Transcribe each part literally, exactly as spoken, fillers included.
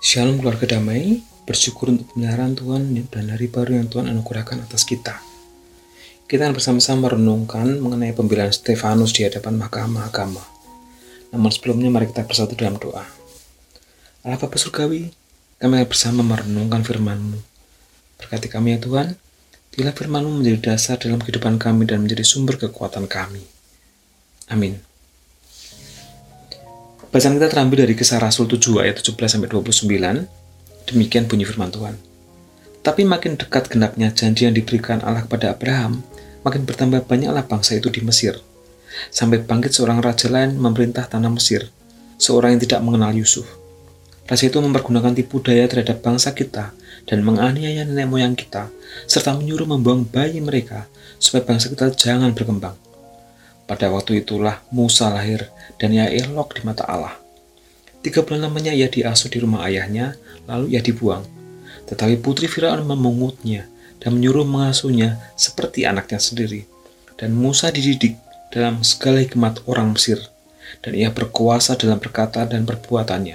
Shalom keluarga damai, bersyukur untuk kebenaran Tuhan dan hari baru yang Tuhan anugerahkan atas kita. Kita akan bersama-sama merenungkan mengenai pembelaan Stefanus di hadapan mahkamah agama. Namun sebelumnya mari kita bersatu dalam doa. Allah Bapa Surgawi, kami akan bersama merenungkan firman-Mu. Berkati kami ya Tuhan, bila firman-Mu menjadi dasar dalam kehidupan kami dan menjadi sumber kekuatan kami. Amin. Bacaan kita terambil dari Kisah Rasul tujuh ayat tujuh belas sampai dua puluh sembilan. Demikian bunyi firman Tuhan. Tapi makin dekat genapnya janji yang diberikan Allah kepada Abraham, makin bertambah banyaklah bangsa itu di Mesir. Sampai bangkit seorang raja lain memerintah tanah Mesir, seorang yang tidak mengenal Yusuf. Raja itu mempergunakan tipu daya terhadap bangsa kita dan menganiaya nenek moyang kita, serta menyuruh membuang bayi mereka supaya bangsa kita jangan berkembang. Pada waktu itulah Musa lahir dan ia elok di mata Allah. Tiga bulan lamanya ia diasuh di rumah ayahnya, lalu ia dibuang. Tetapi putri Firaun memungutnya dan menyuruh mengasuhnya seperti anaknya sendiri. Dan Musa dididik dalam segala hikmat orang Mesir, dan ia berkuasa dalam perkata dan perbuatannya.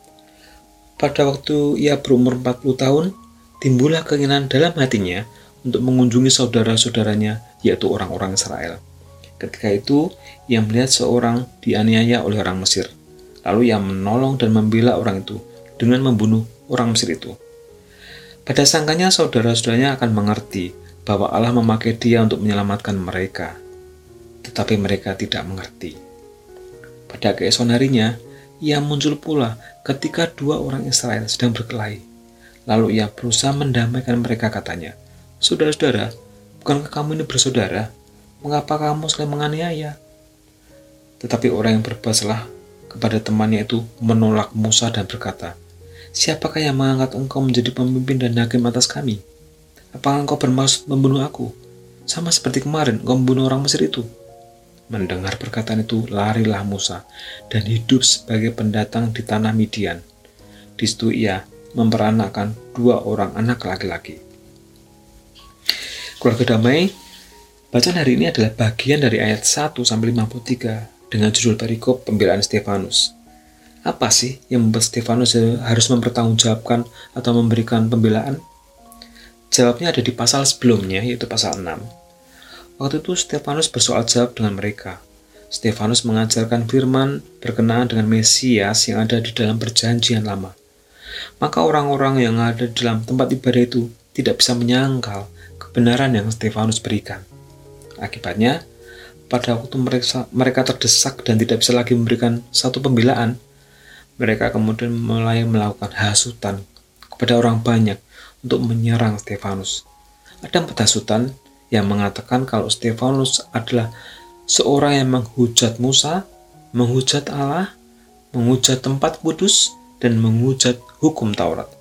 Pada waktu ia berumur empat puluh tahun, timbullah keinginan dalam hatinya untuk mengunjungi saudara-saudaranya, yaitu orang-orang Israel. Ketika itu, ia melihat seorang dianiaya oleh orang Mesir. Lalu ia menolong dan membela orang itu dengan membunuh orang Mesir itu. Pada sangkanya saudara-saudaranya akan mengerti bahwa Allah memakai dia untuk menyelamatkan mereka. Tetapi mereka tidak mengerti. Pada keesokan harinya, ia muncul pula ketika dua orang Israel sedang berkelahi. Lalu ia berusaha mendamaikan mereka, katanya, "Saudara-saudara, bukankah kamu ini bersaudara? Mengapa kamu saling menganiaya?" Tetapi orang yang berbuat salah kepada temannya itu menolak Musa dan berkata, "Siapakah yang mengangkat engkau menjadi pemimpin dan hakim atas kami? Apakah engkau bermaksud membunuh aku, sama seperti kemarin engkau membunuh orang Mesir itu?" Mendengar perkataan itu, larilah Musa dan hidup sebagai pendatang di tanah Midian. Di situ ia memperanakkan dua orang anak laki-laki. Keluarga damai, bacaan hari ini adalah bagian dari ayat satu sampai lima puluh tiga dengan judul perikop pembelaan Stefanus. Apa sih yang membuat Stefanus harus mempertanggungjawabkan atau memberikan pembelaan? Jawabnya ada di pasal sebelumnya, yaitu pasal enam. Waktu itu Stefanus bersoal jawab dengan mereka. Stefanus mengajarkan firman berkenaan dengan Mesias yang ada di dalam perjanjian lama. Maka orang-orang yang ada di dalam tempat ibadah itu tidak bisa menyangkal kebenaran yang Stefanus berikan. Akibatnya, pada waktu mereka, mereka terdesak dan tidak bisa lagi memberikan satu pembelaan, mereka kemudian mulai melakukan hasutan kepada orang banyak untuk menyerang Stefanus. Ada empat hasutan yang mengatakan kalau Stefanus adalah seorang yang menghujat Musa, menghujat Allah, menghujat tempat kudus, dan menghujat hukum Taurat.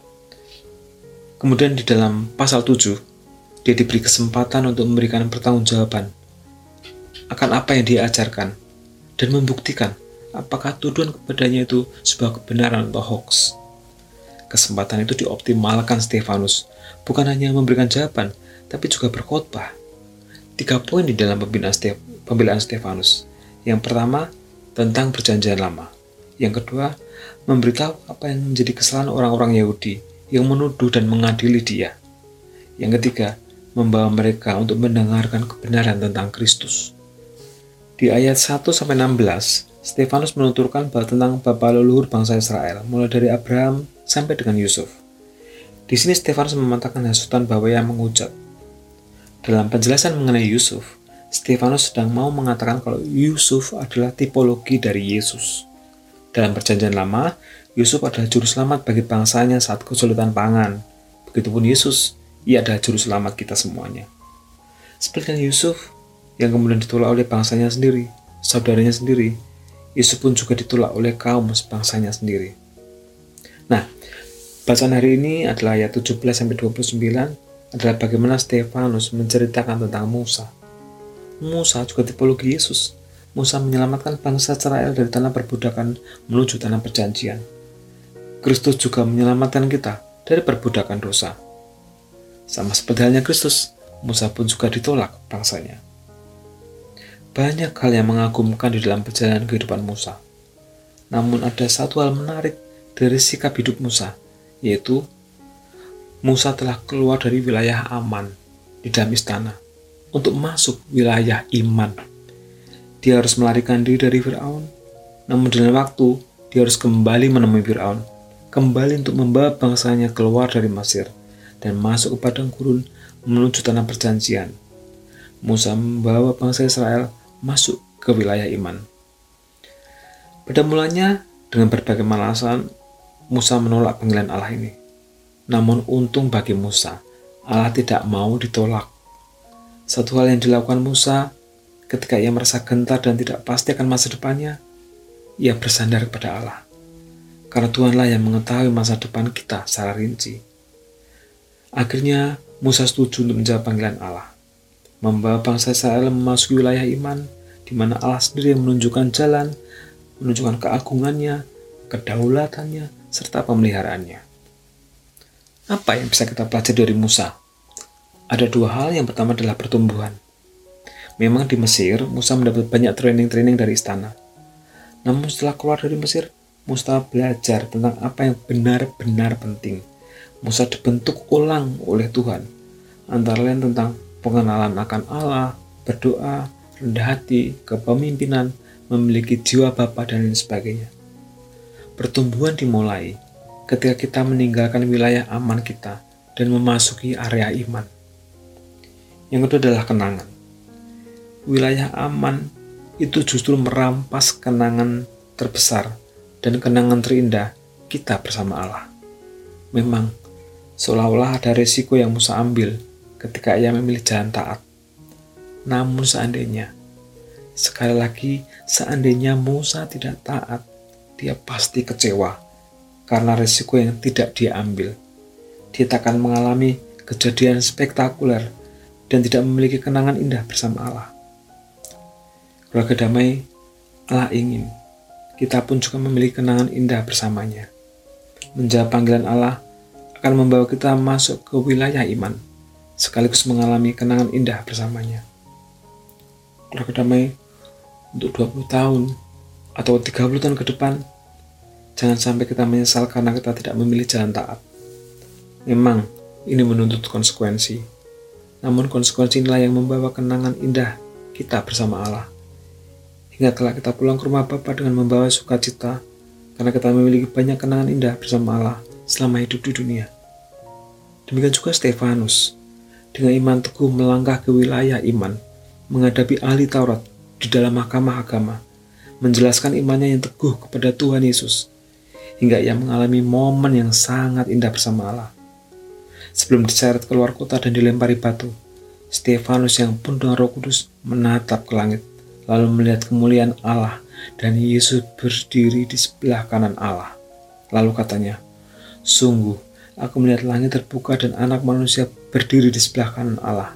Kemudian di dalam pasal tujuh, dia diberi kesempatan untuk memberikan pertanggungjawaban akan apa yang dia ajarkan dan membuktikan apakah tuduhan kepadanya itu sebuah kebenaran atau hoax. Kesempatan itu dioptimalkan Stefanus, bukan hanya memberikan jawaban, tapi juga berkhotbah. Tiga poin di dalam pembelaan Stefanus. Yang pertama, tentang perjanjian lama. Yang kedua, memberitahu apa yang menjadi kesalahan orang-orang Yahudi yang menuduh dan mengadili dia. Yang ketiga, membawa mereka untuk mendengarkan kebenaran tentang Kristus. Di ayat satu sampai enam belas, Stefanus menuturkan bahwa tentang bapa leluhur bangsa Israel, mulai dari Abraham sampai dengan Yusuf. Di sini Stefanus mematahkan hasutan bahwa ia menghujat. Dalam penjelasan mengenai Yusuf, Stefanus sedang mau mengatakan kalau Yusuf adalah tipologi dari Yesus. Dalam perjanjian lama, Yusuf adalah juru selamat bagi bangsanya saat kesulitan pangan. Begitupun Yesus, ia adalah juru selamat kita semuanya. Seperti Yusuf yang kemudian ditolak oleh bangsanya sendiri, saudaranya sendiri, Yesus pun juga ditolak oleh kaum bangsanya sendiri. Nah, bacaan hari ini adalah ayat tujuh belas sampai dua puluh sembilan, adalah bagaimana Stefanus menceritakan tentang Musa. Musa juga tipologi Yesus. Musa menyelamatkan bangsa Israel dari tanah perbudakan menuju tanah perjanjian. Kristus juga menyelamatkan kita dari perbudakan dosa. Sama seperti halnya Kristus, Musa pun juga ditolak bangsanya. Banyak hal yang mengagumkan di dalam perjalanan kehidupan Musa. Namun ada satu hal menarik dari sikap hidup Musa, yaitu Musa telah keluar dari wilayah aman di dalam istana untuk masuk wilayah iman. Dia harus melarikan diri dari Firaun, namun dalam waktu dia harus kembali menemui Firaun, kembali untuk membawa bangsanya keluar dari Mesir dan masuk ke padang gurun menuju tanah perjanjian. Musa membawa bangsa Israel masuk ke wilayah iman. Pada mulanya, dengan berbagai alasan, Musa menolak panggilan Allah ini. Namun untung bagi Musa, Allah tidak mau ditolak. Satu hal yang dilakukan Musa ketika ia merasa gentar dan tidak pasti akan masa depannya, ia bersandar kepada Allah. Karena Tuhanlah yang mengetahui masa depan kita secara rinci. Akhirnya Musa setuju untuk menjawab panggilan Allah, membawa bangsa Israel memasuki wilayah iman, di mana Allah sendiri yang menunjukkan jalan, menunjukkan keagungannya, kedaulatannya, serta pemeliharaannya. Apa yang bisa kita pelajari dari Musa? Ada dua hal. Yang pertama adalah pertumbuhan. Memang di Mesir, Musa mendapat banyak training-training dari istana. Namun setelah keluar dari Mesir, Musa belajar tentang apa yang benar-benar penting. Musa dibentuk ulang oleh Tuhan, antara lain tentang pengenalan akan Allah, berdoa, rendah hati, kepemimpinan, memiliki jiwa bapa, dan lain sebagainya. Pertumbuhan dimulai ketika kita meninggalkan wilayah aman kita dan memasuki area iman. Yang kedua adalah kenangan. Wilayah aman itu justru merampas kenangan terbesar dan kenangan terindah kita bersama Allah. Memang, seolah-olah ada risiko yang Musa ambil ketika ia memilih jalan taat. Namun seandainya, sekali lagi, seandainya Musa tidak taat, dia pasti kecewa karena risiko yang tidak dia ambil. Dia akan mengalami kejadian spektakuler dan tidak memiliki kenangan indah bersama Allah. Keluarga damai, Allah ingin kita pun juga memiliki kenangan indah bersamanya. Menjawab panggilan Allah akan membawa kita masuk ke wilayah iman, sekaligus mengalami kenangan indah bersamanya. Keluarga damai, untuk dua puluh tahun atau tiga puluh tahun ke depan, jangan sampai kita menyesal karena kita tidak memilih jalan taat. Memang ini menuntut konsekuensi, namun konsekuensi inilah yang membawa kenangan indah kita bersama Allah. Hingga kelak kita pulang ke rumah Bapa dengan membawa sukacita, karena kita memiliki banyak kenangan indah bersama Allah selama hidup di dunia. Demikian juga Stefanus, dengan iman teguh melangkah ke wilayah iman, menghadapi ahli Taurat di dalam mahkamah agama, menjelaskan imannya yang teguh kepada Tuhan Yesus, hingga ia mengalami momen yang sangat indah bersama Allah. Sebelum diseret keluar kota dan dilempari batu, Stefanus yang penuh dengan Roh Kudus menatap ke langit, lalu melihat kemuliaan Allah dan Yesus berdiri di sebelah kanan Allah. Lalu katanya, "Sungguh, aku melihat langit terbuka dan anak manusia berdiri di sebelah kanan Allah."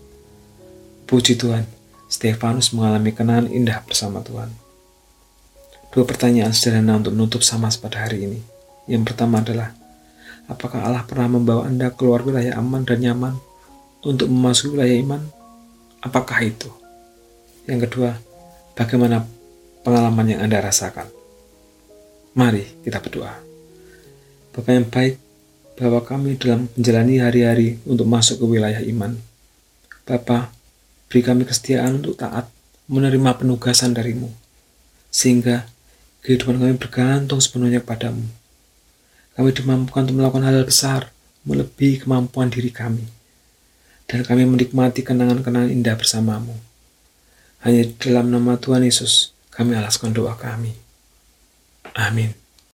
Puji Tuhan, Stefanus mengalami kenangan indah bersama Tuhan. Dua pertanyaan sederhana untuk menutup Samas pada hari ini. Yang pertama adalah, apakah Allah pernah membawa Anda keluar wilayah aman dan nyaman untuk memasuki wilayah iman? Apakah itu? Yang kedua, bagaimana pengalaman yang Anda rasakan? Mari kita berdoa. Bapa yang baik, bahwa kami dalam menjalani hari-hari untuk masuk ke wilayah iman. Bapa, beri kami kesetiaan untuk taat, menerima penugasan dari-Mu, sehingga kehidupan kami bergantung sepenuhnya kepadamu. Kami dimampukan untuk melakukan hal-hal besar, melebihi kemampuan diri kami. Dan kami menikmati kenangan-kenangan indah bersamamu. Hanya dalam nama Tuhan Yesus, kami alaskan doa kami. Amin.